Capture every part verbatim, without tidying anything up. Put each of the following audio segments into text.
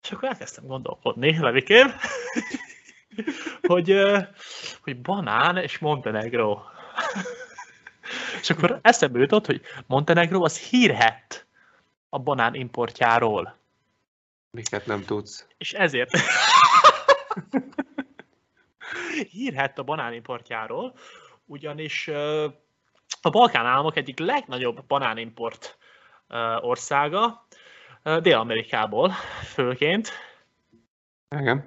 És akkor elkezdtem gondolkodni, Levikém, hogy, hogy banán és Montenegro. És akkor eszembe jutott, hogy Montenegro az hírhedt a banán importjáról. Miket nem tudsz? És ezért hírhedt a banán importjáról, ugyanis a Balkán államok egyik legnagyobb banánimport országa, Dél-Amerikából főként. Igen.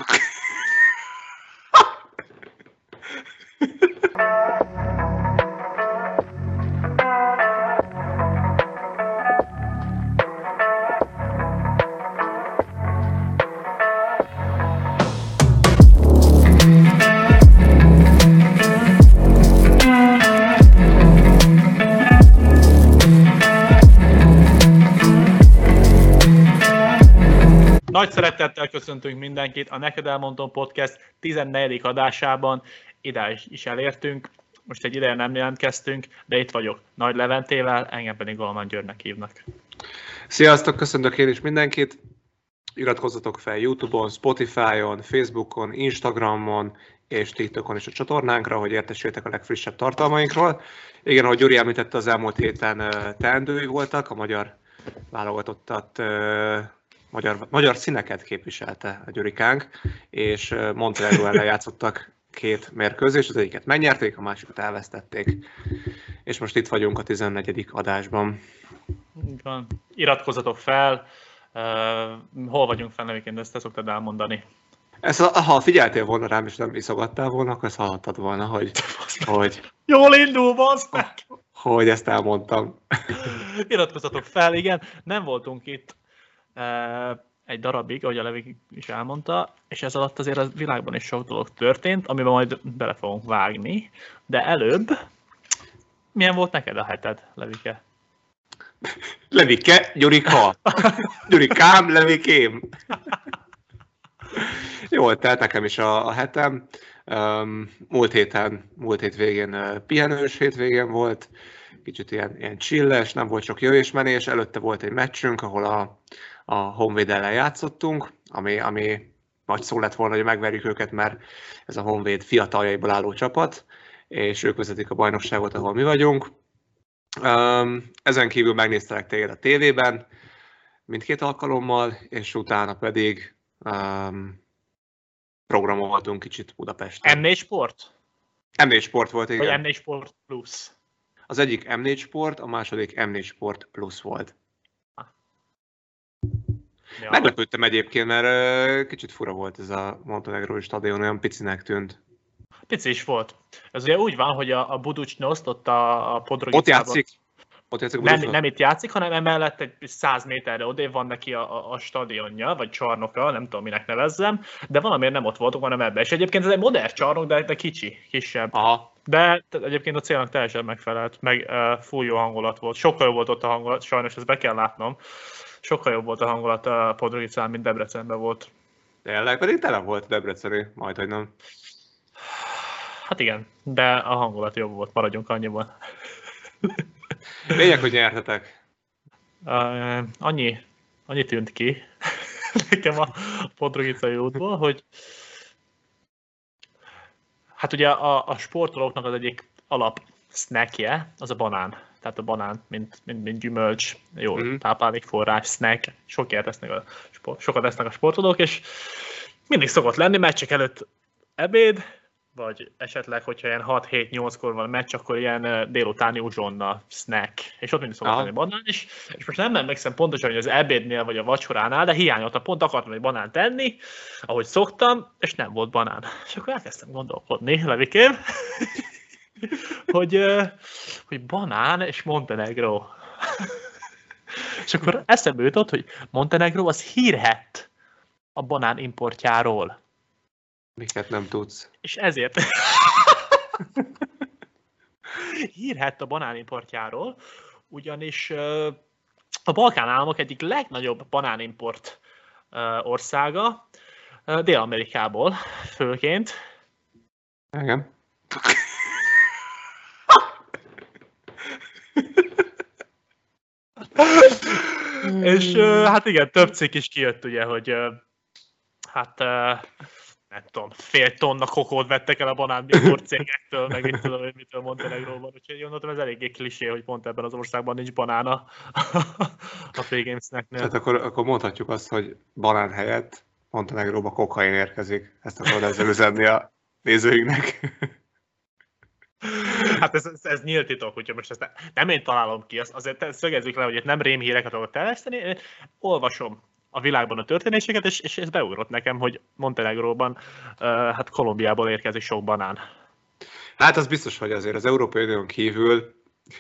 Nagy szeretettel köszöntünk mindenkit a Neked Elmondom Podcast tizennegyedik adásában. Ide is elértünk, most egy ideje nem jelentkeztünk, de itt vagyok Nagy Leventével, engem pedig Golman Györgynek hívnak. Sziasztok, köszöntök én is mindenkit! Iratkozzatok fel YouTube-on, Spotify-on, Facebookon, Instagramon és TikTokon is a csatornánkra, hogy értesüljetek a legfrissebb tartalmainkról. Igen, ahogy Gyuri említette, az elmúlt héten teendői voltak, a magyar válogatottat Magyar, magyar színeket képviselte a Gyurikánk, és Montenegro ellen játszottak két mérkőzést, az egyiket megnyerték, a másikat elvesztették, és most itt vagyunk a tizennegyedik adásban. Van. Iratkozzatok fel, uh, hol vagyunk fel nevéként, ezt te szoktad elmondani. Ezt, ha figyeltél volna rám, és nem iszogattál volna, akkor ezt hallottad volna, hogy... hogy Jól indul, bazd meg! Hogy ezt elmondtam. Iratkozzatok fel, igen, nem voltunk itt egy darabig, ahogy a Levi is elmondta, és ez alatt azért a világban is sok dolog történt, amiben majd bele fogunk vágni, de előbb milyen volt neked a heted, Levike? Levike, Gyurika! Gyurikám, Levikém! Jól telt nekem is a, a hetem. Um, múlt héten, múlt hét végén uh, pihenős hétvégén volt, kicsit ilyen, ilyen chilles, nem volt sok jövésmenés, előtte volt egy meccsünk, ahol a a Honvéd ellen játszottunk, ami, ami nagy szó lett volna, hogy megverjük őket, mert ez a Honvéd fiataljaiból álló csapat, és ők vezetik a bajnokságot, ahol mi vagyunk. Um, ezen kívül megnéztelek téged a tévében mindkét alkalommal, és utána pedig um, programoltunk kicsit Budapesten. em négy Sport? em négy Sport volt, igen. Vagy em négy Sport Plus? Az egyik em négy Sport, a második em négy Sport Plus volt. Ja. Meglepődtem egyébként, mert kicsit fura volt ez a Montenegrói stadion, olyan picinek tűnt. Pici is volt. Ez ugye úgy van, hogy a, a Buducsnoszt ott a, a Podrogicában... Ott játszik. Ott játszik nem, nem itt játszik, hanem emellett egy száz méterre odébb van neki a, a, a stadionja, vagy csarnoka, nem tudom minek nevezzem, de valamiért nem ott voltunk, hanem ebben. És egyébként ez egy modern csarnok, de, de kicsi, kisebb. Aha. De egyébként a célnak teljesen megfelelt, meg uh, full jó hangulat volt. Sokkal jobb volt ott a hangulat, sajnos ezt be kell látnom. Sokkal jobb volt a hangulat a Podrogicán, mint Debrecenben volt. Tényleg, pedig tele volt Debreceni, majd, hogy nem. Hát igen, de a hangulat jobb volt, maradjunk annyiban. Lényeg, hogy nyertetek. Uh, annyi, annyi tűnt ki nekem a Podrogicai útból, hogy hát ugye a, a sportolóknak az egyik alap snackje, az a banán. Tehát a banán, mint, mint, mint gyümölcs, jó mm-hmm. táplálékforrás, snack, sokat esznek, a sport, sokat esznek a sportolók, és mindig szokott lenni meccsek előtt ebéd, vagy esetleg, hogyha ilyen hat-hét-nyolckor van a meccs, akkor ilyen délutáni uzsonna, snack, és ott mindig szokott lenni banán, és, és most nem emlékszem pontosan, hogy az ebédnél vagy a vacsoránál, de hiányoltam, pont akartam egy banánt tenni, ahogy szoktam, és nem volt banán. És akkor elkezdtem gondolkodni, Levikém, hogy, hogy banán és Montenegro. És akkor eszembe jutott, hogy Montenegro az hírhedt a banán importjáról. Miket nem tudsz? És ezért hírhedt a banán importjáról, ugyanis a Balkán államok egyik legnagyobb banánimport országa, Dél-Amerikából főként. Igen. És hát igen, több cikk is kijött ugye, hogy hát nem tudom, fél tonna kokót vettek el a banánbirtort cégektől, meg mit tudom, hogy mitől Montenegróban. Úgyhogy gondoltam, ez eléggé klisé, hogy pont ebben az országban nincs banán a, a P-Games-neknél. Tehát akkor, akkor mondhatjuk azt, hogy banán helyett Montenegróba kokain érkezik. Ezt akarod ezzel üzenni a nézőinknek. Hát ez, ez, ez nyílt titok, úgyhogy most ezt ne, nem én találom ki, azt, azért szögezzük le, hogy itt nem rémhíreket akarok terjeszteni, olvasom a világban a történéseket, és, és ez beugrott nekem, hogy Montenegróban, uh, hát Kolumbiából érkezik sok banán. Hát az biztos, hogy azért az Európai Unión kívül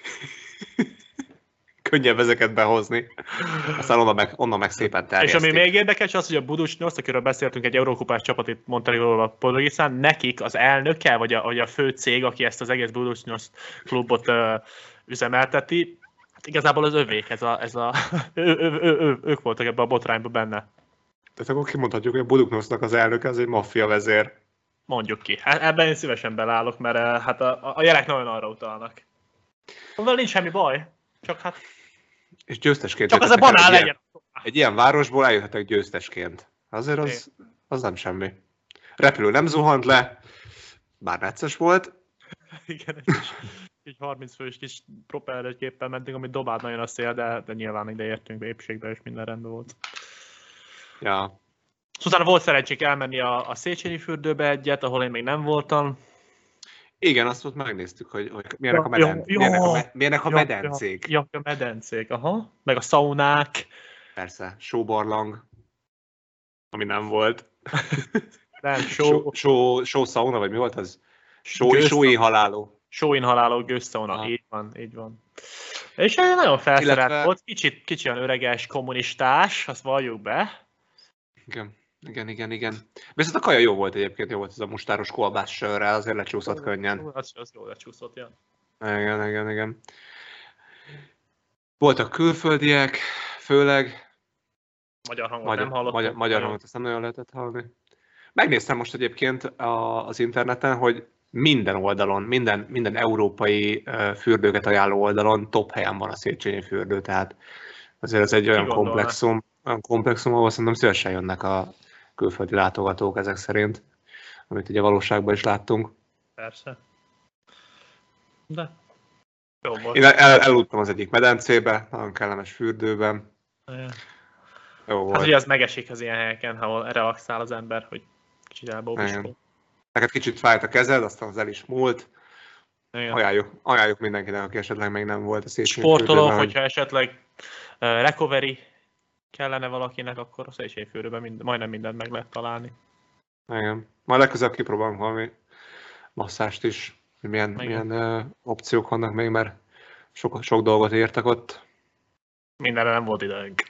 könnyebb ezeket behozni, aztán onnan meg, onnan meg szépen terjesztik. És ami még érdekes az, hogy a Buducnost, akiről beszéltünk, egy eurókupás csapat itt Montenegróról a Podgoricán, nekik az elnöke, vagy a, vagy a fő cég, aki ezt az egész Buducnost klubot uh, üzemelteti, hát igazából az övék, ez a, ez a ő, ő, ő, ő, ők voltak ebben a botrányban benne. Tehát akkor kimondhatjuk, hogy a Buducnosnak az elnöke az egy maffia vezér. Mondjuk ki. Ebben én szívesen belállok, mert hát a, a jelek nagyon arra utalnak. Amivel nincs semmi baj, csak hát... És győztesként csak az a banán legyen. Ilyen, egy ilyen városból eljöhetek győztesként. Azért az, az nem semmi. Repülő nem zuhant le, bár necces volt. Igen, egy, egy harminc fős kis propeller géppel mentünk, amit dobált nagyon a szél, de, de nyilván ide értünk épségbe, és minden rendben volt. Ja. Utána volt szerencsék elmenni a, a Széchenyi fürdőbe egyet, ahol én még nem voltam. Igen, azt ott megnéztük, hogy, hogy milyenek, ja, a meden... jó, milyenek, a, me... milyenek a ja, medencék. Ja, ja, a medencék, aha. Meg a szaunák. Persze, sóbarlang, ami nem volt. Nem, só... Só, só sauna, vagy mi volt az? Só, sói haláló. Sóin haláló gőzszauna, ah. így van, így van. És nagyon felszerelt Illetve... volt, kicsit, kicsit olyan öreges, kommunistás, azt valljuk be. Igen. Igen, igen, igen. Viszont a kaja jó volt egyébként, jó volt ez a mustáros kolbász sörrel, azért lecsúszott könnyen. Az, az jó lecsúszott, ja. Igen, igen, igen. Voltak külföldiek, főleg. Magyar hangot magyar, nem hallottam. Magyar, magyar hangot azt nem nagyon lehetett hallani. Megnéztem most egyébként a, az interneten, hogy minden oldalon, minden, minden európai uh, fürdőket ajánló oldalon top helyen van a Széchenyi fürdő, tehát azért ez egy olyan komplexum, olyan komplexum, ahol szerintem szívesen jönnek a külföldi látogatók ezek szerint, amit ugye valóságban is láttunk. Persze. De jó volt. Én el, eludtam az egyik medencébe, nagyon kellemes fürdőben. Ja. Jó volt. Hát ugye az megesik az ilyen helyeken, ahol relaxál az ember, hogy kicsit elbóbiskol. Neked kicsit fájt a kezed, aztán az el is múlt. Ajánljuk, ajánljuk mindenkinek, aki esetleg még nem volt a Széchenyi fürdőben. Sportolók, hogyha esetleg uh, recovery kellene valakinek, akkor a Széchenyi fürdőben mind, majdnem mindent meg lehet találni. Igen. Majd legközelebb kipróbálunk valami masszást is, hogy milyen, milyen uh, opciók vannak még, mert sok, sok dolgot értek ott. Mindenre nem volt időnk.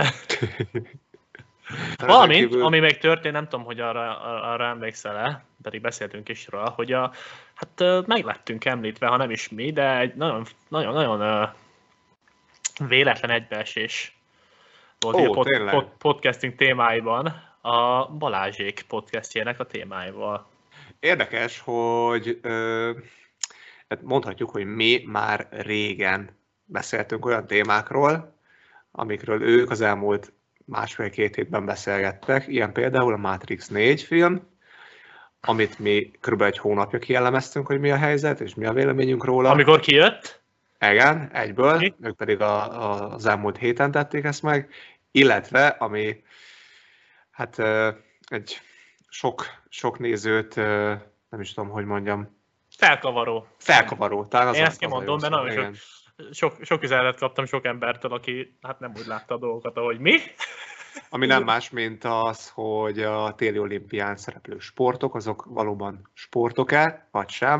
Valamint, kívül... ami még történt, nem tudom, hogy arra, arra emlékszel-e, pedig beszéltünk is róla, hogy a, hát meg lettünk említve, ha nem is mi, de egy nagyon, nagyon, nagyon uh, véletlen egybeesés volt Ó, a pod, pod, podcasting témáiban, a Balázsék podcastjének a témáival. Érdekes, hogy ö, mondhatjuk, hogy mi már régen beszéltünk olyan témákról, amikről ők az elmúlt másfél-két hétben beszélgettek, ilyen például a Matrix négy film, amit mi kb. Egy hónapja kielemeztünk, hogy mi a helyzet, és mi a véleményünk róla. Amikor kijött? Igen, egyből, mi? Ők pedig a, a, az elmúlt héten tették ezt meg, illetve, ami hát egy sok, sok nézőt, nem is tudom, hogy mondjam. Felkavaró. Felkavaró. Talán az Én ezt kimondom, de nagyon sok, sok, sok üzenetet kaptam sok embertől, aki hát nem úgy látta a dolgokat, ahogy mi. Ami nem más, mint az, hogy a téli olimpián szereplő sportok, azok valóban sportok-e, vagy sem.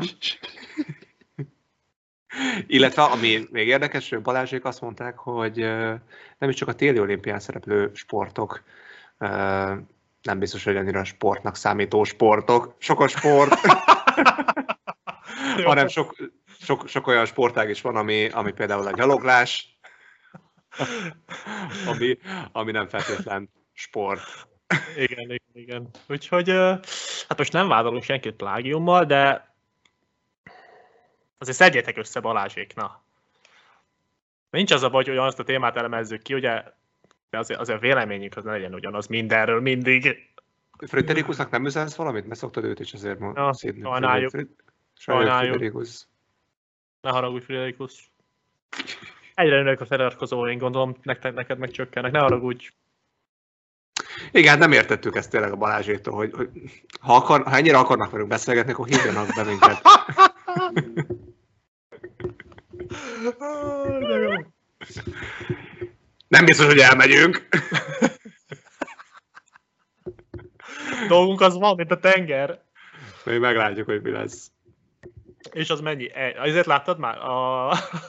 Illetve, ami még érdekes, hogy Balázsék azt mondták, hogy nem is csak a téli olimpián szereplő sportok, nem biztos, hogy annyira sportnak számító sportok, sok a sport, hanem sok, sok, sok olyan sportág is van, ami, ami például a gyaloglás, ami, ami nem feltétlen sport. Igen, igen, igen. Úgyhogy, hát most nem vádolunk senkit plágiummal, de azért szedjétek össze Balázsék, na. Nincs az a baj, hogy azt a témát elemezzük ki, ugye de azért, azért a véleményünk az ne legyen ugyanaz mindenről mindig. Friderikusnak nem üzensz valamit? Mert szoktad őt is azért Ja, szédni. sajnáljuk. Sajnáljuk Friderikus. Ne haragudj, Friderikus. Egyre nőnek a feliratkozó, én gondolom, neked, neked meg csökkennek, ne haragudj. Igen, nem értettük ezt tényleg a Balázsétól, hogy, hogy ha, akar, ha ennyire akarnak velünk beszélgetni, akkor hívjanak be minket. Nem biztos, hogy elmegyünk. Dolgunk az van, mint a tenger. Még meglátjuk, hogy mi lesz. És az mennyi? Ezért láttad már a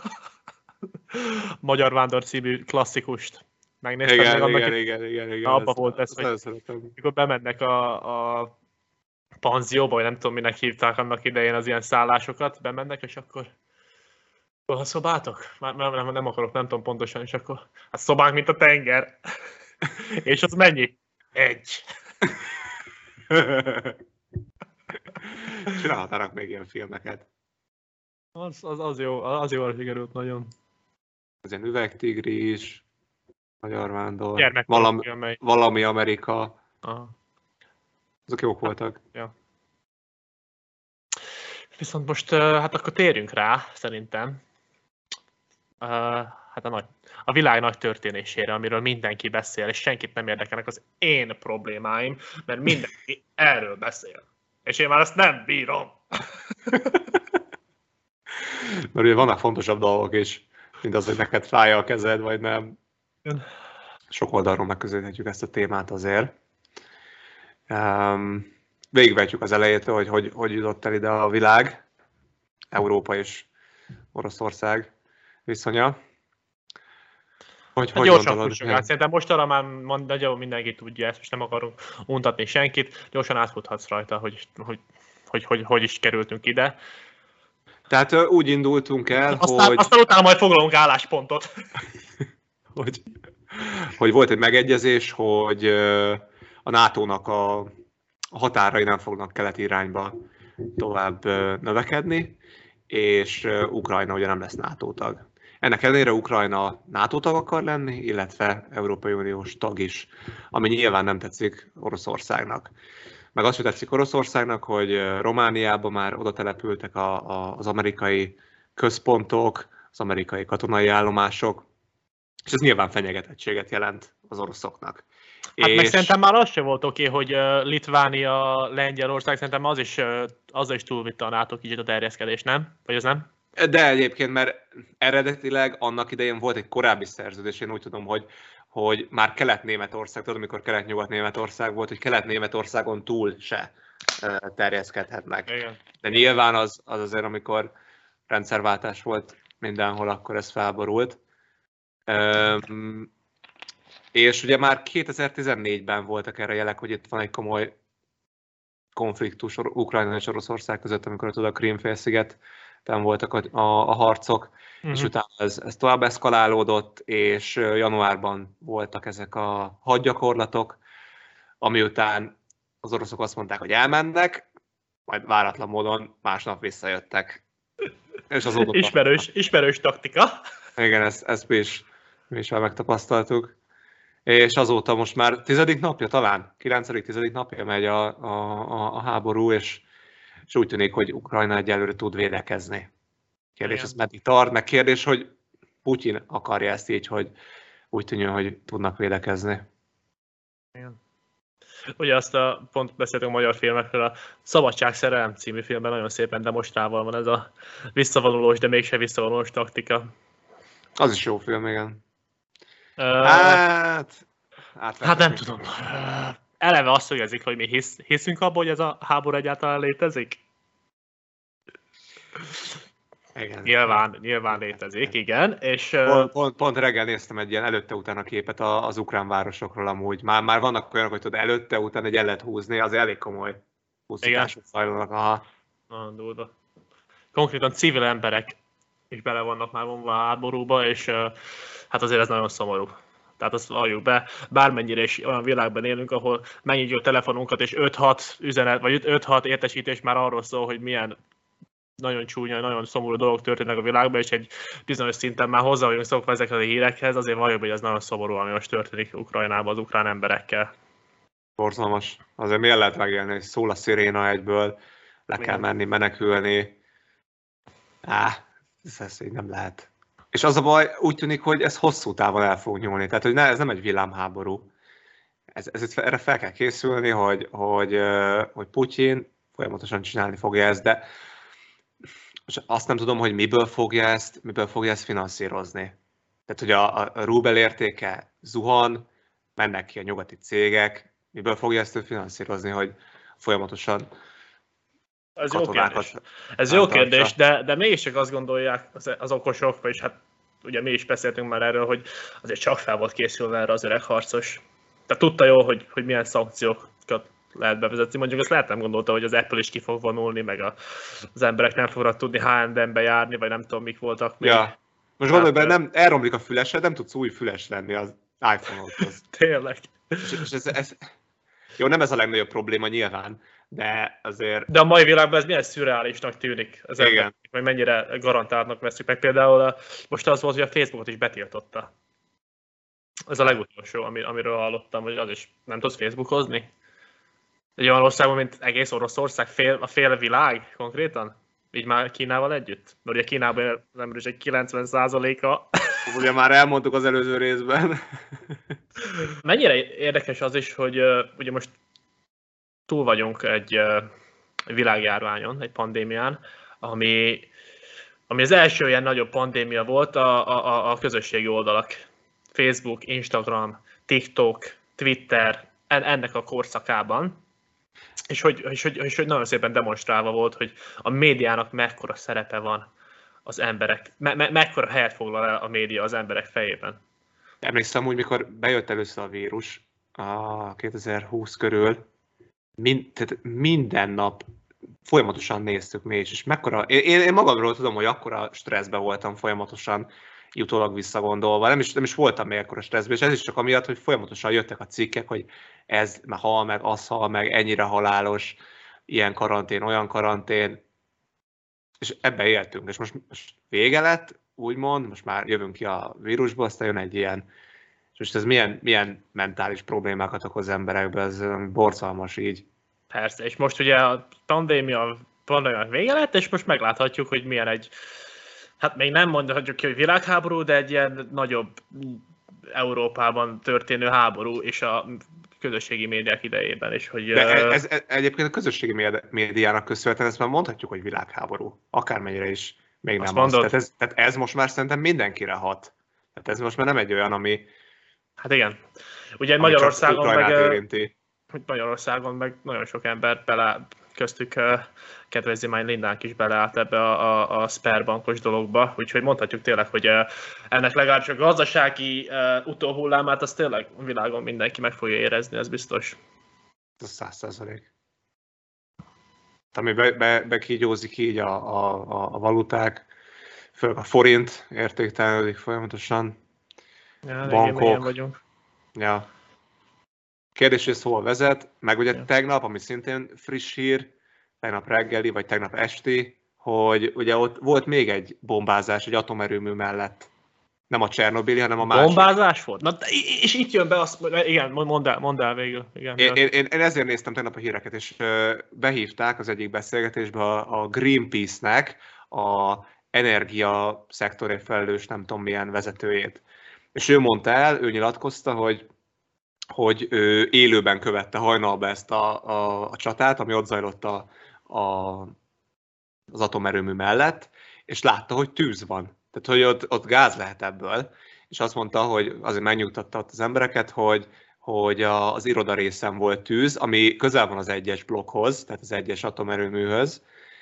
Magyar Vándor című klasszikust? Megnézted igen, még annak igen, itt? igen, igen, igen. Abba volt ez, hogy mikor bemennek a, a panzióba, vagy nem tudom, minek hívták annak idején az ilyen szállásokat, bemennek, és akkor a szobátok? Már nem, nem, nem akarok, nem tudom pontosan, és akkor hát szobánk, mint a tenger. És az mennyi? Egy. Csinálhatnának még ilyen filmeket. Az, az, az jó, az jól sikerült nagyon. Az ilyen Üvegtigris, Magyar Vándor, Gyermek valami, amely... valami Amerika. Aha. Azok jók voltak. Ja. Viszont most hát akkor térjünk rá, szerintem. Uh, hát a, nagy, a világ nagy történésére, amiről mindenki beszél, és senkit nem érdekelnek az én problémáim, mert mindenki erről beszél. És én már ezt nem bírom. Mert ugye vannak fontosabb dolgok is, mint az, hogy neked fájja a kezed, vagy nem. Sok oldalról megközelíthetjük ezt a témát azért. Um, végigvetjük az elejétől, hogy, hogy hogy jutott el ide a világ, Európa és Oroszország viszonya. Hogy, hát hogy gyorsan fussuk át, szerintem mostanra már nagyjából mindenki tudja ezt, és nem akarunk untatni senkit, gyorsan átfuthatsz rajta, hogy hogy, hogy, hogy, hogy is kerültünk ide. Tehát úgy indultunk el, aztán, hogy... Aztán utána majd foglalunk álláspontot. hogy, hogy volt egy megegyezés, hogy a nátónak a határai nem fognak keleti irányba tovább növekedni, és Ukrajna ugye nem lesz NATO tag. Ennek ellenére Ukrajna NATO tag akar lenni, illetve Európai Uniós tag is, ami nyilván nem tetszik Oroszországnak. Meg azt sem tetszik Oroszországnak, hogy Romániában már oda települtek a, a, az amerikai központok, az amerikai katonai állomások, és ez nyilván fenyegetettséget jelent az oroszoknak. Hát és... meg szerintem már az sem volt oké, hogy Litvánia, Lengyelország, szerintem az is, az is túlvitte a NATO kicsit a terjeszkedés, nem? Vagy az nem? De egyébként, mert eredetileg annak idején volt egy korábbi szerződés, én úgy tudom, hogy, hogy már Kelet-Németország, tudod, amikor Kelet-Nyugat-Németország volt, hogy Kelet-Németországon túl se terjeszkedhetnek. Igen. De nyilván az, az azért, amikor rendszerváltás volt mindenhol, akkor ez felborult. Um, és ugye már kétezer-tizennégyben voltak erre jelek, hogy itt van egy komoly konfliktus Ukrajna és Oroszország között, amikor tudod, a Krím-félszigeten voltak a, a, a harcok, uh-huh. és utána ez, ez tovább eszkalálódott, és januárban voltak ezek a hadgyakorlatok, ami után az oroszok azt mondták, hogy elmennek, majd váratlan módon másnap visszajöttek. És azóta ismerős, ismerős taktika. Igen, ezt, ezt mi is, mi is már megtapasztaltuk. És azóta most már tizedik napja talán, kilencedik, tizedik napja megy a, a, a háború, és, és úgy tűnik, hogy Ukrajna egyelőre tud védekezni. Kérdés, ez meddig tart, meg kérdés, hogy Putyin akarja ezt így, hogy úgy tűnjön, hogy tudnak védekezni. Igen. Ugye azt a, pont beszéltünk a magyar filmekről, a Szabadság szerelem című filmben nagyon szépen demonstrálva van ez a visszavonulós, de mégse visszavonulós taktika. Az is jó film, igen. Uh, hát, hát nem tudom. Uh, eleve azt szögezik, hogy mi hisz, hiszünk abban, hogy ez a háború egyáltalán létezik? Igen. Nyilván, nyilván létezik, igen. És, uh, pont, pont, pont reggel néztem egy ilyen előtte-utána képet az ukrán városokról amúgy. Már, már vannak olyanok, hogy tudod, előtte-után egy el lehet húzni, az elég komoly pusztítások zajlanak. Aha. Nagyon durva. Konkrétan civil emberek is bele vannak már vonva a háborúba, és uh, hát azért ez nagyon szomorú. Tehát azt valljuk be, bármennyire is olyan világban élünk, ahol megnyitjuk a telefonunkat, és öt-hat üzenet, vagy öt-hat értesítés már arról szól, hogy milyen nagyon csúnya, nagyon szomorú dolgok történnek a világban, és egy bizonyos szinten már hozzá vagyunk szokva ezekhez a hírekhez, azért valójában, hogy ez nagyon szomorú, ami most történik Ukrajnában az ukrán emberekkel. Borzalmas. Azért miért lehet megélni, hogy szól a sziréna egyből, le kell menni, menekülni. Á, ez, ez így nem lehet. És az a baj, úgy tűnik, hogy ez hosszú távon el fog nyúlni. Tehát, hogy ne, ez nem egy villámháború. Ez, ez, erre fel kell készülni, hogy, hogy, hogy Putyin folyamatosan csinálni fogja ezt, de és azt nem tudom, hogy miből fogja ezt, miből fogja ezt finanszírozni. Tehát, hogy a, a rubel értéke zuhan, mennek ki a nyugati cégek, miből fogja ezt finanszírozni, hogy folyamatosan Ez jó kérdés, Ez jó kérdés de, de mégiscsak azt gondolják az, az okosok, vagyis hát ugye mi is beszéltünk már erről, hogy azért csak fel volt készülve erre az öreg harcos. Tehát tudta jól, hogy, hogy milyen szankciókat lehet bevezetni. Mondjuk azt lehet nem gondolta, hogy az Apple is ki fog vonulni, meg a, az emberek nem fognak tudni há és em-be járni, vagy nem tudom, mik voltak még. Ja. Most gondolj be, nem elromlik a fülesed, nem tudsz új füles lenni az iPhone-okhoz. Tényleg. És, és ez, ez, jó, nem ez a legnagyobb probléma nyilván, de azért... De a mai világban ez milyen szürreálisnak tűnik az emberek, vagy mennyire garantáltnak veszük meg. Például most az volt, hogy a Facebookot is betiltotta. Ez a legutolsó, amiről hallottam, hogy az is nem tudsz Facebookozni. Egy olyan országban, mint egész Oroszország, fél, a fél világ konkrétan? Így már Kínával együtt? Mert ugye Kínában az ember is egy kilencven százaléka. Ugye már elmondtuk az előző részben. Mennyire érdekes az is, hogy uh, ugye most túl vagyunk egy uh, világjárványon, egy pandémián, ami, ami az első ilyen nagyobb pandémia volt a, a, a közösségi oldalak. Facebook, Instagram, TikTok, Twitter, en, ennek a korszakában. És hogy, és, hogy, és hogy nagyon szépen demonstrálva volt, hogy a médiának mekkora szerepe van az emberek, me, me, mekkora helyet foglal el a média az emberek fejében. Emlékszem úgy, mikor bejött először a vírus a kétezer-húsz körül, mind, tehát minden nap folyamatosan néztük mi is, és mekkora, én, én magamról tudom, hogy akkora stresszben voltam folyamatosan, utólag visszagondolva, nem is, nem is voltam még ekkora stresszben, és ez is csak amiatt, hogy folyamatosan jöttek a cikkek, hogy ez már hal meg, az hal meg, ennyire halálos, ilyen karantén, olyan karantén, és ebbe éltünk, és most, most vége lett, úgymond, most már jövünk ki a vírusból, aztán jön egy ilyen, és most ez milyen, milyen mentális problémákat okoz emberekbe, ez borzalmas így. Persze, és most ugye a pandémia, pandémia vége lett, és most megláthatjuk, hogy milyen egy, hát még nem mondhatjuk ki, hogy világháború, de egy ilyen nagyobb Európában történő háború, és a közösségi médiák idejében is. Hogy, de ez, ez egyébként a közösségi médiának köszönhetően ezt már mondhatjuk, hogy világháború. Akármennyire is még nem az. Tehát ez, tehát ez most már szerintem mindenkire hat. Tehát ez most már nem egy olyan, ami... Hát igen. Ugye Magyarországon meg, Magyarországon meg nagyon sok ember bele, köztük uh, kedves Zimány Lindánk is beleállt ebbe a, a, a Sperbankos dologba, úgyhogy mondhatjuk tényleg, hogy uh, ennek legalábbis a gazdasági uh, utóhullámát az tényleg a világon mindenki meg fogja érezni, ez biztos. Ez száz százalék. Ami be, be, bekígyózik így a, a, a valuták, főleg a forint értéktelenedik folyamatosan. Ja, bankok. Vagyunk. Ja. Kérdés, hogy ez hol vezet, meg ugye ja. tegnap, ami szintén friss hír, tegnap reggeli, vagy tegnap esti, hogy ugye ott volt még egy bombázás egy atomerőmű mellett. Nem a Csernobili, hanem a másik. Bombázás volt? Na, és itt jön be azt, igen, mondd el, mondd el végül. Igen, én, én, én ezért néztem tegnap a híreket, és behívták az egyik beszélgetésbe a, a Greenpeace-nek a energia szektorért felelős nem tudom milyen vezetőjét. És ő mondta el, ő nyilatkozta, hogy hogy ő élőben követte hajnalba ezt a, a, a csatát, ami ott zajlott a, a, az atomerőmű mellett, és látta, hogy tűz van. Tehát, hogy ott, ott gáz lehet ebből. És azt mondta, hogy azért megnyugtatta ott az embereket, hogy, hogy a, az iroda részen volt tűz, ami közel van az egyes blokkhoz, tehát az egyes atomerőműhöz,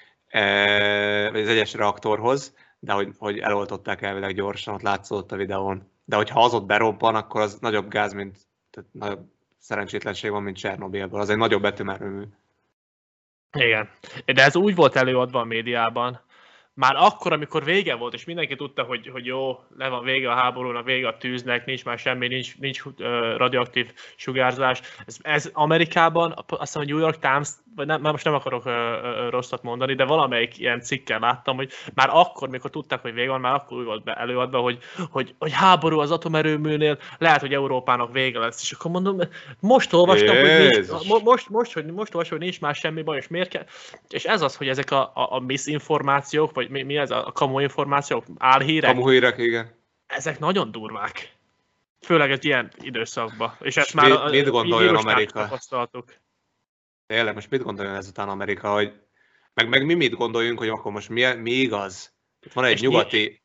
e, vagy az egyes reaktorhoz, de hogy, hogy eloltották elvileg gyorsan, ott látszott a videón. De hogyha az ott berobban, akkor az nagyobb gáz, mint tehát nagyobb szerencsétlenség van, mint Csernobilből. Az egy nagyobb atomerőmű. Igen. De ez úgy volt előadva a médiában, már akkor, amikor vége volt, és mindenki tudta, hogy, hogy jó, le van vége a háborúnak, vége a tűznek, nincs már semmi, nincs, nincs uh, radioaktív sugárzás. Ez, ez Amerikában, azt hiszem a New York Times, vagy nem, most nem akarok uh, uh, rosszat mondani, de valamelyik ilyen cikkel láttam, hogy már akkor, mikor tudták, hogy vége van, már akkor úgy volt be előadva, hogy, hogy, hogy háború az atomerőműnél, lehet, hogy Európának vége lesz. És akkor mondom, most olvastam, hogy nincs, most, most, hogy, most olvastam, hogy nincs már semmi baj, és miért kell. És ez az, hogy ezek a, a, a misinformációk, vagy mi, mi ez a kamu információk, álhírek? Kamu hírek, igen. Ezek nagyon durvák. Főleg egy ilyen időszakban. És ezt és már mit, a, mit gondoljon Amerika? Tapasztaltuk. Tényleg, most mit gondoljon ezután Amerika, hogy meg, meg mi mit gondoljunk, hogy akkor most mi, mi igaz? Itt van egy és nyugati mi?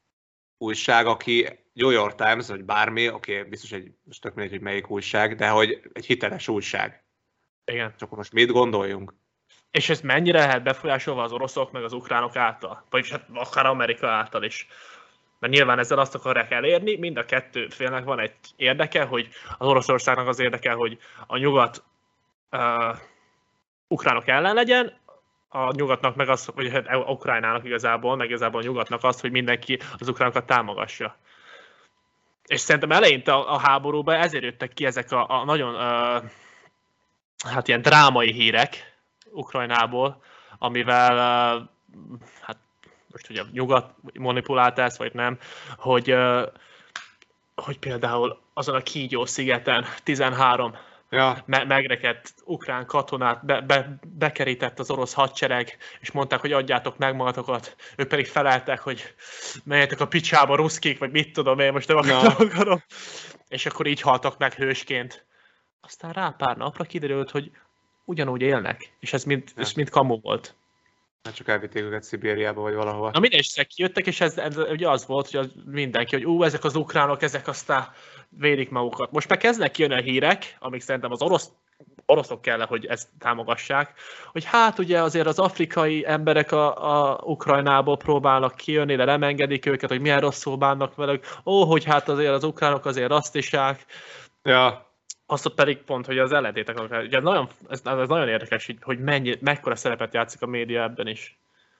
újság, aki New York Times, vagy bármi, oké, okay, biztos egy, most tök mindegy, hogy melyik újság, de hogy egy hiteles újság. Igen. Csak akkor most mit gondoljunk? És ez mennyire lehet befolyásolva az oroszok meg az ukránok által? Vagyis hát akár Amerika által is. Mert nyilván ezzel azt akarják elérni, mind a kettő félnek van egy érdeke, hogy az Oroszországnak az érdeke, hogy a nyugat uh, ukránok ellen legyen, a nyugatnak meg az, vagy hát Ukrajnának igazából, meg igazából a nyugatnak az, hogy mindenki az ukránokat támogassa. És szerintem eleinte a, a háborúban ezért jöttek ki ezek a, a nagyon uh, hát ilyen drámai hírek Ukrajnából, amivel uh, hát most ugye a nyugat manipulálta ezt, vagy nem, hogy, uh, hogy például azon a Kígyó-szigeten tizenhárom ja. me- megrekedt ukrán katonát be- be- bekerített az orosz hadsereg, és mondták, hogy adjátok meg magatokat, ők pedig feleltek, hogy menjetek a picsába, ruszkik, vagy mit tudom én, most nem akarom. És akkor így haltak meg hősként. Aztán rá pár napra kiderült, hogy ugyanúgy élnek, és ez mind, ja. és mind kamu volt. Hát csak elvitték őket Szibériába, vagy valahova. Na minden esetre kijöttek, és ez, ez ugye az volt, hogy az mindenki, hogy ú, ezek az ukránok, ezek aztán védik magukat. Most már kezdnek kijönni a hírek, amik szerintem az orosz, oroszok kell, hogy ezt támogassák, hogy hát ugye azért az afrikai emberek a, a Ukrajnából próbálnak kijönni, de nem engedik őket, hogy milyen rosszul bánnak velük. Ó, hogy hát azért az ukránok azért rasszisák. Ja. Azt pedig pont, hogy az ellentétek, ugye ez nagyon, ez, ez nagyon érdekes, hogy mennyi, mekkora szerepet játszik a média ebben is.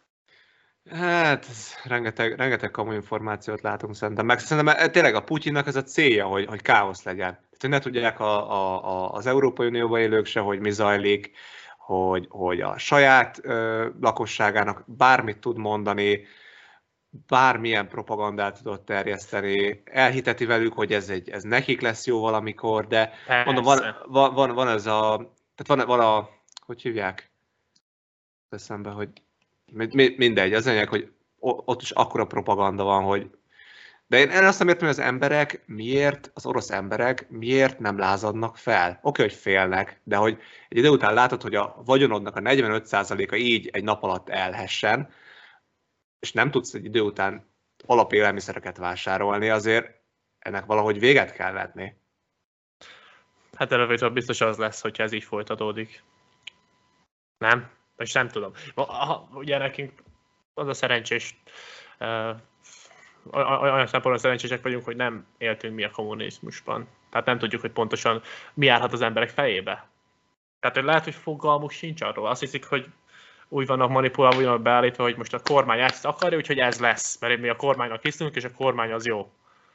Hát, rengeteg, rengeteg kamu információt látunk szerintem. Meg szerintem tényleg a Putyinnak ez a célja, hogy, hogy káosz legyen. Tehát, hogy ne tudják a, a, a, az Európai Unióban élők se, hogy mi zajlik, hogy, hogy a saját ö, lakosságának bármit tud mondani, bármilyen propagandát tudott terjeszteni, elhiteti velük, hogy ez, egy, ez nekik lesz jó valamikor, de persze. Mondom, van, van, van, van ez a, tehát van, van a, hogy hívják eszembe, hogy mindegy, az lényeg, hogy ott is akkora propaganda van, hogy de én azt nem értem, hogy az emberek miért, az orosz emberek miért nem lázadnak fel. Oké, hogy félnek, de hogy egy idő után látod, hogy a vagyonodnak a negyvenöt százaléka így egy nap alatt elhessen, és nem tudsz egy idő után alapélelmiszereket vásárolni, azért ennek valahogy véget kell vetni. Hát előbb biztos az lesz, hogyha ez így folytatódik. Nem? És nem tudom. Ugye nekünk az a szerencsés, uh, olyan szempontból szerencsések vagyunk, hogy nem éltünk mi a kommunizmusban. Tehát nem tudjuk, hogy pontosan mi járhat az emberek fejébe. Tehát hogy lehet, hogy fogalmuk sincs arról. Azt hiszik, hogy úgy vannak manipulálva, úgy vannak beállítva, hogy most a kormány ezt akarja, úgyhogy ez lesz. Mert mi a kormánynak hiszünk, és a kormány az jó.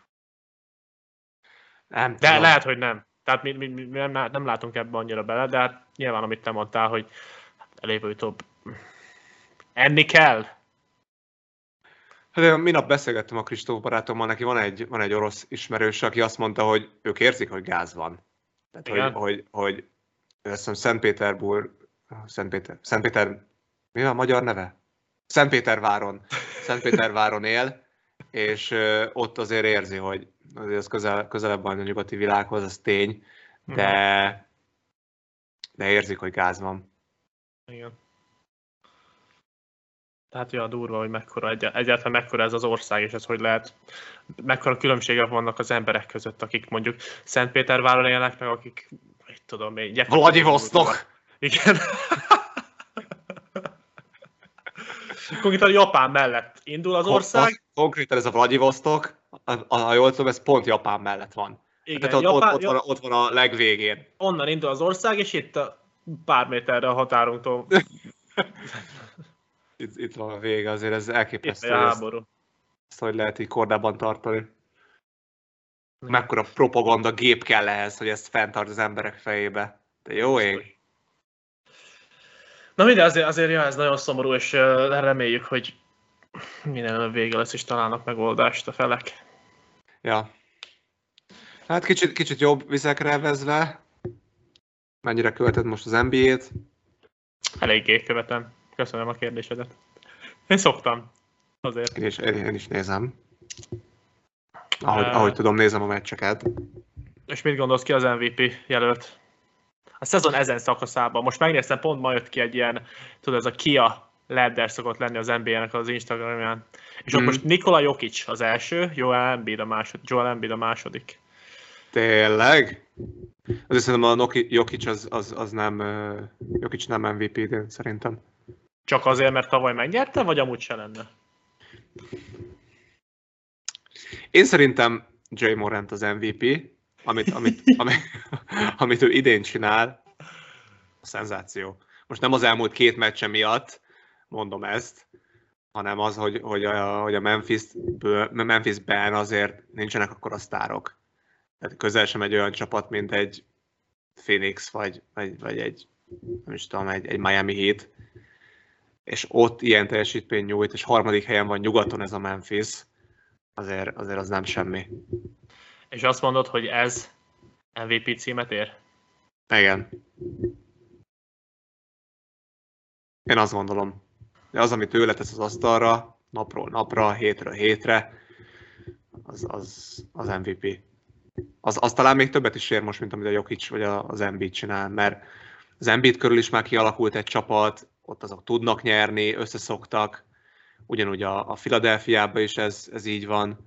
Nem de tudom. Lehet, hogy nem. Tehát mi, mi, mi nem, nem látunk ebbe annyira bele, de hát nyilván, amit te mondtál, hogy előbb-utóbb enni kell. Hát én minap beszélgettem a Kristóf barátommal, neki van egy, van egy orosz ismerős, aki azt mondta, hogy ők érzik, hogy gáz van. Tehát, hogy, hogy, hogy azt hiszem Szentpéterburg, Szentpéter, Szentpéter, mi a magyar neve? Szentpéterváron, Szentpéterváron él, és ott azért érzi, hogy azért az közel, közelebb van a nyugati világhoz, az tény, de, de érzik, hogy gáz van. Igen. Tehát olyan durva, hogy mekkora egy, egyáltalán mekkora ez az ország, és ez hogy lehet, mekkora különbségek vannak az emberek között, akik mondjuk Szentpéterváron élnek, meg akik, mit tudom én, Vladivostok! Igen. Konkrétan Japán mellett indul az ország. Konkrétan ez a Vladivostok, ha jól tudom, ez pont Japán mellett van. Igen, tehát Japán, ott, ott, van, ott van a legvégén. Onnan indul az ország, és itt a pár méterre a határunktól. itt, itt van a vége, azért ez elképesztő, Itt a háború. ezt hogy lehet így kordában tartani. Mekkora propaganda gép kell ehhez, hogy ezt fenntart az emberek fejébe. De jó ég. Na mindegy, azért, azért ja, ez nagyon szomorú, és uh, reméljük, hogy minden vége lesz, és találnak megoldást a felek. Ja. Hát kicsit, kicsit jobb vizekre vezve. Mennyire követed most az en bé á-t? Eléggé követem. Köszönöm a kérdésedet. Én szoktam. Azért. Én is, én, én is nézem. Ahogy, uh, ahogy tudom, nézem a meccseket. És mit gondolsz, ki az em vé pé jelölt? A szezon ezen szakaszában. Most megnéztem, pont ma jött ki egy ilyen, tudod, ez a Kia ladder szokott lenni az en bé á-nek az Instagramján. És mm. ott most Nikola Jokic az első, Joel Embiid a második. Joel Embiid a második. Tényleg? Azért szerintem a Noki, Jokic az, az, az nem, uh, Jokic nem em vé pé idén, szerintem. Csak azért, mert tavaly megnyerte, vagy amúgy se lenne? Én szerintem Jay Morant az em vé pé, amit, amit, amit, amit ő idén csinál, a szenzáció. Most nem az elmúlt két meccse miatt mondom ezt, hanem az, hogy, hogy a, hogy a Memphis-ből, Memphis-ben azért nincsenek akkor a sztárok. Tehát közel sem egy olyan csapat, mint egy Phoenix, vagy, vagy, vagy egy, nem is tudom, egy, egy Miami Heat. És ott ilyen teljesítmény nyújt, és harmadik helyen van nyugaton ez a Memphis, azért, azért az nem semmi. És azt mondod, hogy ez em vé pé címet ér? Igen. Én azt gondolom. De az, amit ő letesz az asztalra, napról napra, hétről hétre, az, az, az em vé pé. Az, az talán még többet is ér most, mint amit a Jokic vagy az Embiid csinál, mert az Embiid körül is már kialakult egy csapat, ott azok tudnak nyerni, összeszoktak, ugyanúgy a, a Philadelphiában is ez, ez így van,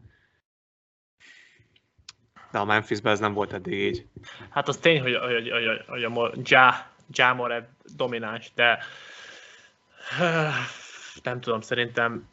de a Memphisben ez nem volt eddig így. Hát az tény, hogy, hogy, hogy, hogy a Ja, Ja Morant domináns, de nem tudom, szerintem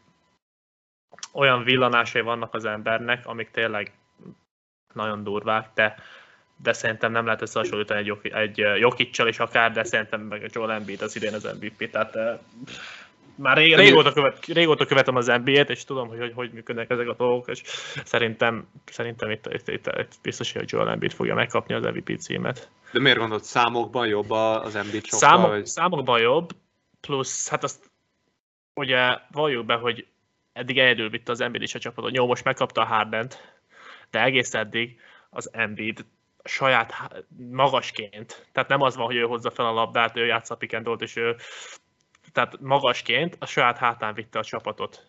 olyan villanásai vannak az embernek, amik tényleg nagyon durvák, de, de szerintem nem lehet összehasonlítani egy, egy Jokic-csal is akár, de szerintem meg a Joel Embiid az idén az em vé pé, tehát uh, már ré, régóta, követ, régóta követem az en bé á-t, és tudom, hogy, hogy hogy működnek ezek a dolgok, és szerintem, szerintem itt, itt, itt, itt biztos, hogy Joel Embiid fogja megkapni az em vé pé címet. De miért gondolod, számokban jobb az Embiid sokkal? Számok, hogy... Számokban jobb, plusz hát azt ugye valljuk be, hogy eddig egyedül vitte az Embiid is a csapatot. Jó, most megkapta a Hardent, de egész eddig az Embiid saját magasként, tehát nem az van, hogy ő hozza fel a labdát, ő játsza a pick and roll-t, és ő, tehát magasként a saját hátán vitte a csapatot.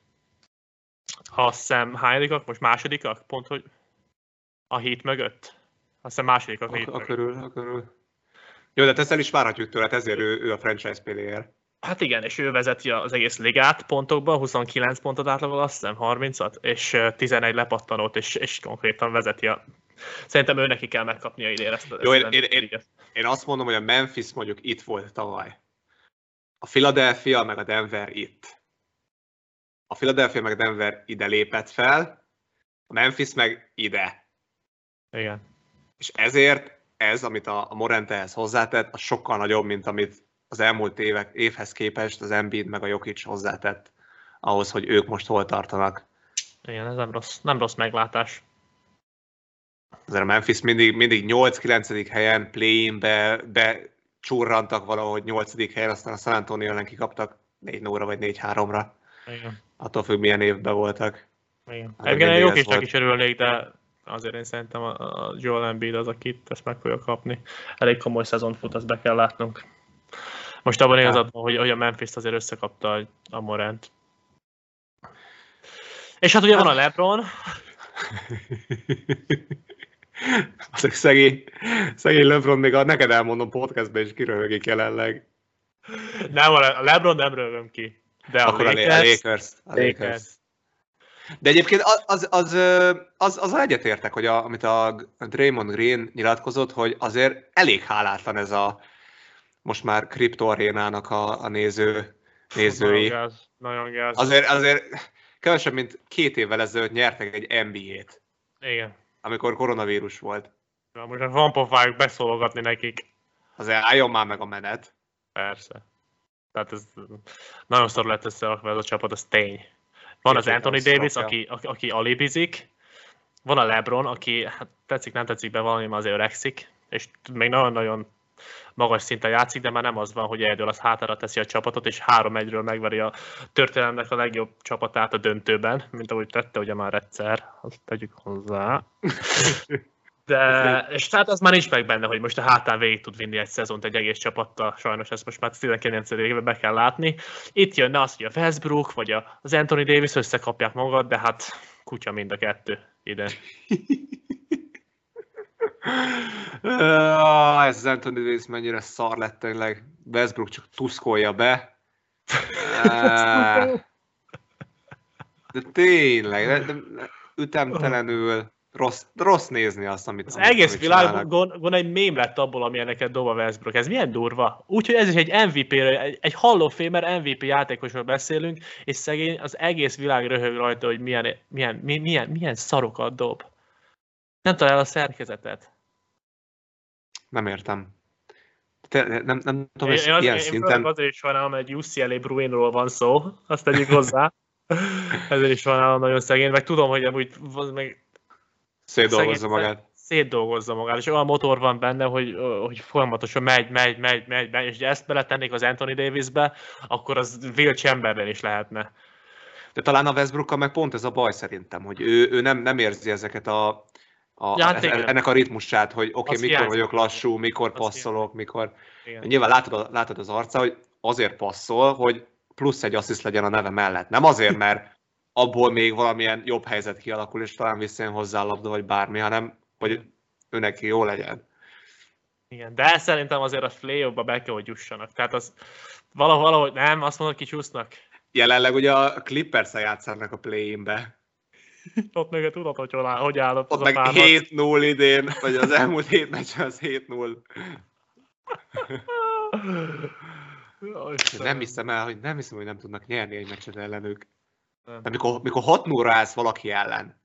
Azt hiszem hányadikak, most másodikak, pont hogy a Heat mögött? Azt hiszem másodikak a Heat a, a mögött. körül, a körül. Jó, de ezt el is várhatjuk tőle, ezért ő, ő a franchise player. Hát igen, és ő vezeti az egész ligát pontokban, huszonkilenc pontot átlagol, azt hiszem harmincat, és tizenegy lepattanót, és, és konkrétan vezeti a... Szerintem ő neki kell megkapnia idén ezt. Jó, ezt én, én, én, én azt mondom, hogy a Memphis mondjuk itt volt tavaly. A Philadelphia meg a Denver itt. A Philadelphia meg a Denver ide lépett fel, a Memphis meg ide. Igen. És ezért ez, amit a Morant ehhez hozzátett, az sokkal nagyobb, mint amit az elmúlt évek, évhez képest az Embiid meg a Jokic hozzátett ahhoz, hogy ők most hol tartanak. Igen, ez nem rossz, nem rossz meglátás. Azért a Memphis mindig, mindig nyolc-kilencedik helyen, play-inbe, be csurrantak valahogy nyolcadik helyen, aztán a San Antonio ellen kikaptak négy nulla vagy négy háromra. Igen. Attól függ, milyen évben voltak. Igen. Egyébként a Jokicnak is örülnék, de azért én szerintem a Joel Embiid az, akit ezt meg fogja kapni. Elég komoly szezont fut, azt be kell látnunk. Most abban igazad van, hogy, hogy a Memphis azért összekapta a, a Morant. És hát ugye van a LeBron. Azok szegény, szegény LeBron, még a neked elmondom podcastben is kiröhögik jelenleg. Nem, a LeBron nem rögöm ki. De Akkor a Lakers. A Lakers. A Lakers. De egyébként az, az, az, az, az egyetértek, hogy a, amit a Draymond Green nyilatkozott, hogy azért elég hálátlan ez a most már Crypto Arénának a, a néző, nézői. Nagyon gáz, nagyon gáz. Azért, azért kevesebb, mint két évvel ezelőtt nyertek egy en bé á-t. Igen. Amikor koronavírus volt. Ja, most van pofájuk beszólogatni nekik. Azért álljon már meg a menet. Persze. Tehát ez nagyon szor lett összerakva ez a csapat, az tény. Van az Anthony Davis, aki, aki, aki alibizik, van a LeBron, aki hát tetszik, nem tetszik be valami, azért öregszik, és még nagyon-nagyon magas szinten játszik, de már nem az van, hogy egyedül az hátára teszi a csapatot, és három egyről megveri a történelemnek a legjobb csapatát a döntőben, mint ahogy tette ugye már egyszer, azt tegyük hozzá. De, és tehát az már nincs meg benne, hogy most a hátán végig tud vinni egy szezont egy egész csapattal, sajnos ezt most már tizenkilencedikében be kell látni. Itt jönne az, hogy a Westbrook vagy az Anthony Davis összekapják magad, de hát kutya mind a kettő ide. uh, ez az Anthony Davis mennyire szar lett tényleg. Westbrook csak tuszkolja be. Uh, de tényleg, de, de, ütemtelenül rossz, rossz nézni azt, amit Az amit, egész amit világon egy mém lett abból, amilyeneket dob a Westbrook. Ez milyen durva. Úgyhogy ez is egy em vé pé-ről, egy, egy Hall of Famer em vé pé játékosról beszélünk, és szegény az egész világ röhög rajta, hogy milyen, milyen, milyen, milyen szarokat dob. Nem talál a szerkezetet. Nem értem. Te, nem, nem tudom, én, és én az, ilyen én szinten... azért is sajnálom, egy u cé el á Bruinról van szó, azt tegyük hozzá. Ezért is sajnálom nagyon szegény, meg tudom, hogy amúgy meg szétdolgozza magát. Szétdolgozza magát, és olyan motor van benne, hogy, hogy folyamatosan megy, megy, megy, megy, megy, és ha ezt beletennék az Anthony Davisbe, akkor az Will Chamberlain is lehetne. De talán a Westbrookkal meg pont ez a baj szerintem, hogy ő, ő nem, nem érzi ezeket a, a, ja, ez, ennek a ritmusát, hogy oké, okay, mikor hiányzik. Vagyok lassú, mikor az passzolok, mikor... Nyilván látod, látod az arca, hogy azért passzol, hogy plusz egy assziszt legyen a neve mellett. Nem azért, mert abból még valamilyen jobb helyzet kialakul, és talán visszajön hozzá a labda, vagy bármi, hanem hogy ő neki jó legyen. Igen, de szerintem azért a play-offba be kell, hogy jussanak. Tehát az valahogy, valahogy nem, azt mondod, kicsúsznak. Jelenleg ugye a Clippers-el játszanak a play-inbe. Ott meg tudod, hogy hol áll, hogy állott ott az meg hét null idén, vagy az elmúlt hét meccs az hét null. nem hiszem el, hogy nem hiszem, hogy nem tudnak nyerni egy meccset ellenük. De mikor, mikor hat nullra állsz valaki ellen,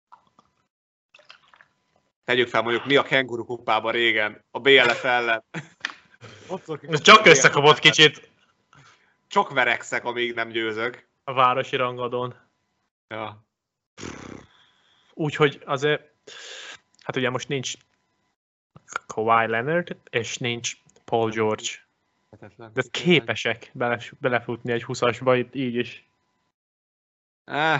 tegyük fel mondjuk mi a Kenguru kupában régen, a bé el ef ellen. Ez csak összekapott kicsit. Csak verekszek, amíg nem győzök. A városi rangadón. Ja. Úgyhogy azért, hát ugye most nincs Kawhi Leonard, és nincs Paul George. De képesek bele, belefutni egy huszasba itt így is. Ah.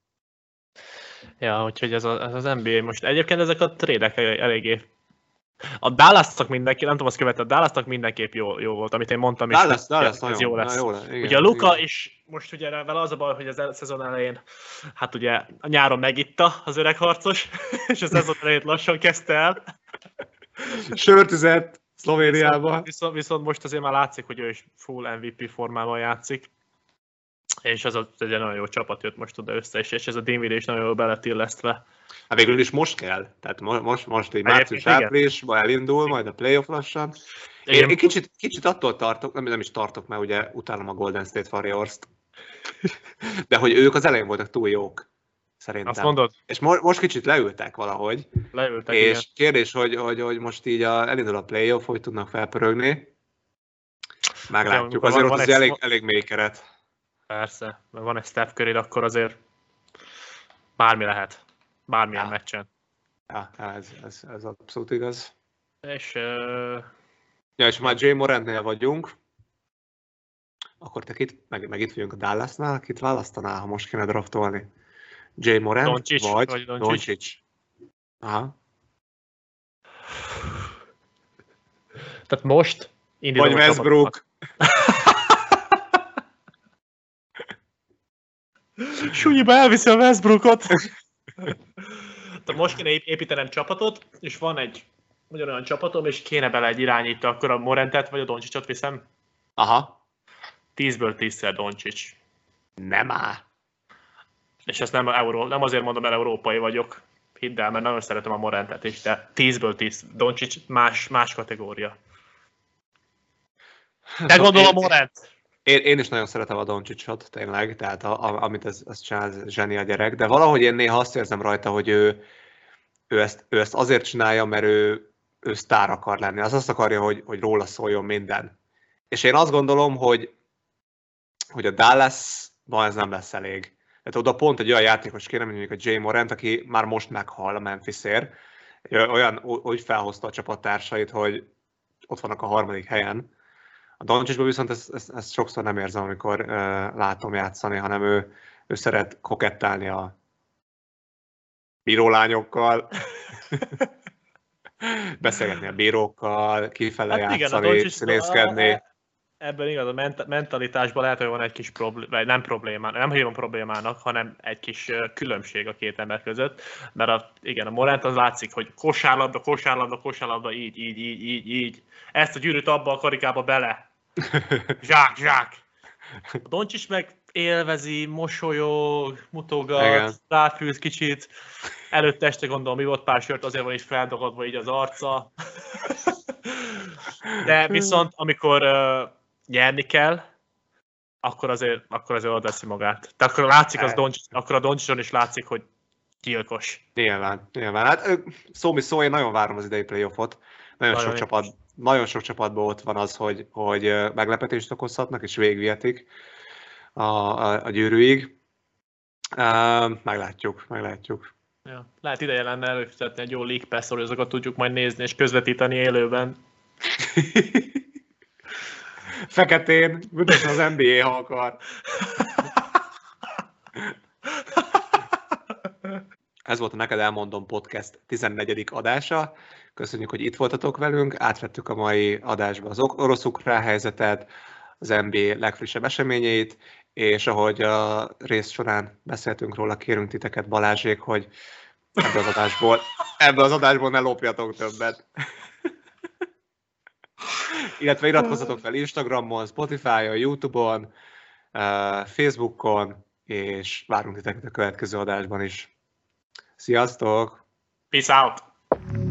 Ja, úgyhogy ez, a, ez az en bé á most. Egyébként ezek a trédek eléggé... A Dallasnak mindenki, nem tudom, azt követett, a Dallasnak mindenképp jó, jó volt, amit én mondtam, Dallas, és Dallas, ez nagyon, jó lesz. jó lesz. Igen, ugye a Luka igen. is, most ugye vele az a baj, hogy az el, szezon elején, hát ugye a nyáron megitta az öreg harcos, és a szezon elején lassan kezdte el. Sörtüzet Szlovéniában. Viszont, viszont, viszont most azért már látszik, hogy ő is full em vé pé formában játszik. És az egy nagyon jó csapat jött most oda össze, és ez a Dinwiddie is nagyon jól belet illesztve. Hát végül is most kell, tehát most, most így március-áprilisban elindul, majd a playoff lassan. Én, én kicsit, kicsit attól tartok, nem, nem is tartok, mert ugye utálom a Golden State Warriors-t, de hogy ők az elején voltak túl jók, szerintem. Azt mondod? És mo- most kicsit leültek valahogy, leültek, és igen. Kérdés, hogy, hogy, hogy most így a, elindul a playoff, hogy tudnak felpörögni. Meglátjuk, azért ott az elég, elég mély keret. Persze, mert van egy Steph Curry, akkor azért bármi lehet. Bármilyen ja. meccsen. Ja, ez, ez, ez abszolút igaz. És... Uh... Ja, és már Jay Morantnél vagyunk. Akkor te kit, meg, meg itt vagyunk a Dallasnál, kit választanál, ha most kéne draftolni? Jay Morant Doncic, vagy, vagy Doncic? Doncic? Aha. Tehát most indítom vagy Westbrook. Súnyiba elviszi a Westbrookot. Tehát most kéne építenem csapatot, és van egy olyan csapatom, és kéne bele egy irányító, akkor a Morantet vagy a Doncicot viszem. Aha. Tízből tízszer Doncic. Nem áll. És ezt nem, Euró, nem azért mondom, mert európai vagyok. Hidd el, mert nagyon szeretem a Morantet is, de tízből tíz Doncic más, más kategória. De gondolom a Morant. Én, én is nagyon szeretem a Doncicot, tényleg, tehát a, a, amit ez, ez csinál, ez zseni a gyerek, de valahogy én néha azt érzem rajta, hogy ő, ő, ezt, ő ezt azért csinálja, mert ő, ő sztár akar lenni. Az azt akarja, hogy, hogy róla szóljon minden. És én azt gondolom, hogy hogy a Dallasban ez nem lesz elég. Tehát oda pont egy olyan játékos kéne, mint mondjuk a Jay Morant, aki már most meghal a Memphisért. Olyan, úgy felhozta a csapattársait, hogy ott vannak a harmadik helyen. A Doncsicsban viszont ezt, ezt, ezt sokszor nem érzem, amikor uh, látom játszani, hanem ő, ő szeret kokettálni a bírólányokkal, beszélgetni a bírókkal, kifele hát játszani, igen, színészkedni. Ebben igaz, a mentalitásban lehet, hogy van egy kis probléma, vagy nem problémá, nem hívom problémának, hanem egy kis különbség a két ember között, mert a, igen, a Morant az látszik, hogy kosárlabda, kosárlabda, kosárlabda, így, így, így, így, így. Ezt a gyűrűt abba a karikába bele. Zsák, zsák. A Doncsics meg élvezi, mosolyog, mutogat, ráfűz kicsit. Előtte este gondolom, mi volt pár sört, azért van is feldagadva így az arca. De viszont, amikor uh, nyerni kell, akkor azért, akkor azért oda teszi magát. Tehát akkor látszik az Doncsics, akkor a Doncsicson is látszik, hogy gyilkos. Nyilván, nyilván. Hát szó mi szó, én nagyon várom az idei playoffot. Nagyon, nagyon, sok, csapat, nagyon sok csapatban ott van az, hogy, hogy meglepetést okozhatnak, és végigvihetik a, a, a gyűrűig. Uh, meglátjuk, meglátjuk. Ja. Lehet ideje lenne előfizetni egy jó League Pass-ról, hogy azokat tudjuk majd nézni és közvetíteni élőben. Feketén, mutasd az en bé á, ha akar. Ez volt a Neked Elmondom Podcast tizennegyedik adása. Köszönjük, hogy itt voltatok velünk. Átvettük a mai adásba az orosz-ukrán helyzetet, az en bé á legfrissebb eseményeit, és ahogy a rész során beszéltünk róla, kérünk titeket, Balázsék, hogy ebből az adásból, ebből az adásból ne lopjatok többet. Illetve iratkozzatok fel Instagramon, Spotify-on, YouTube-on, Facebookon, és várunk titeket a következő adásban is. Sziasztok! Peace out!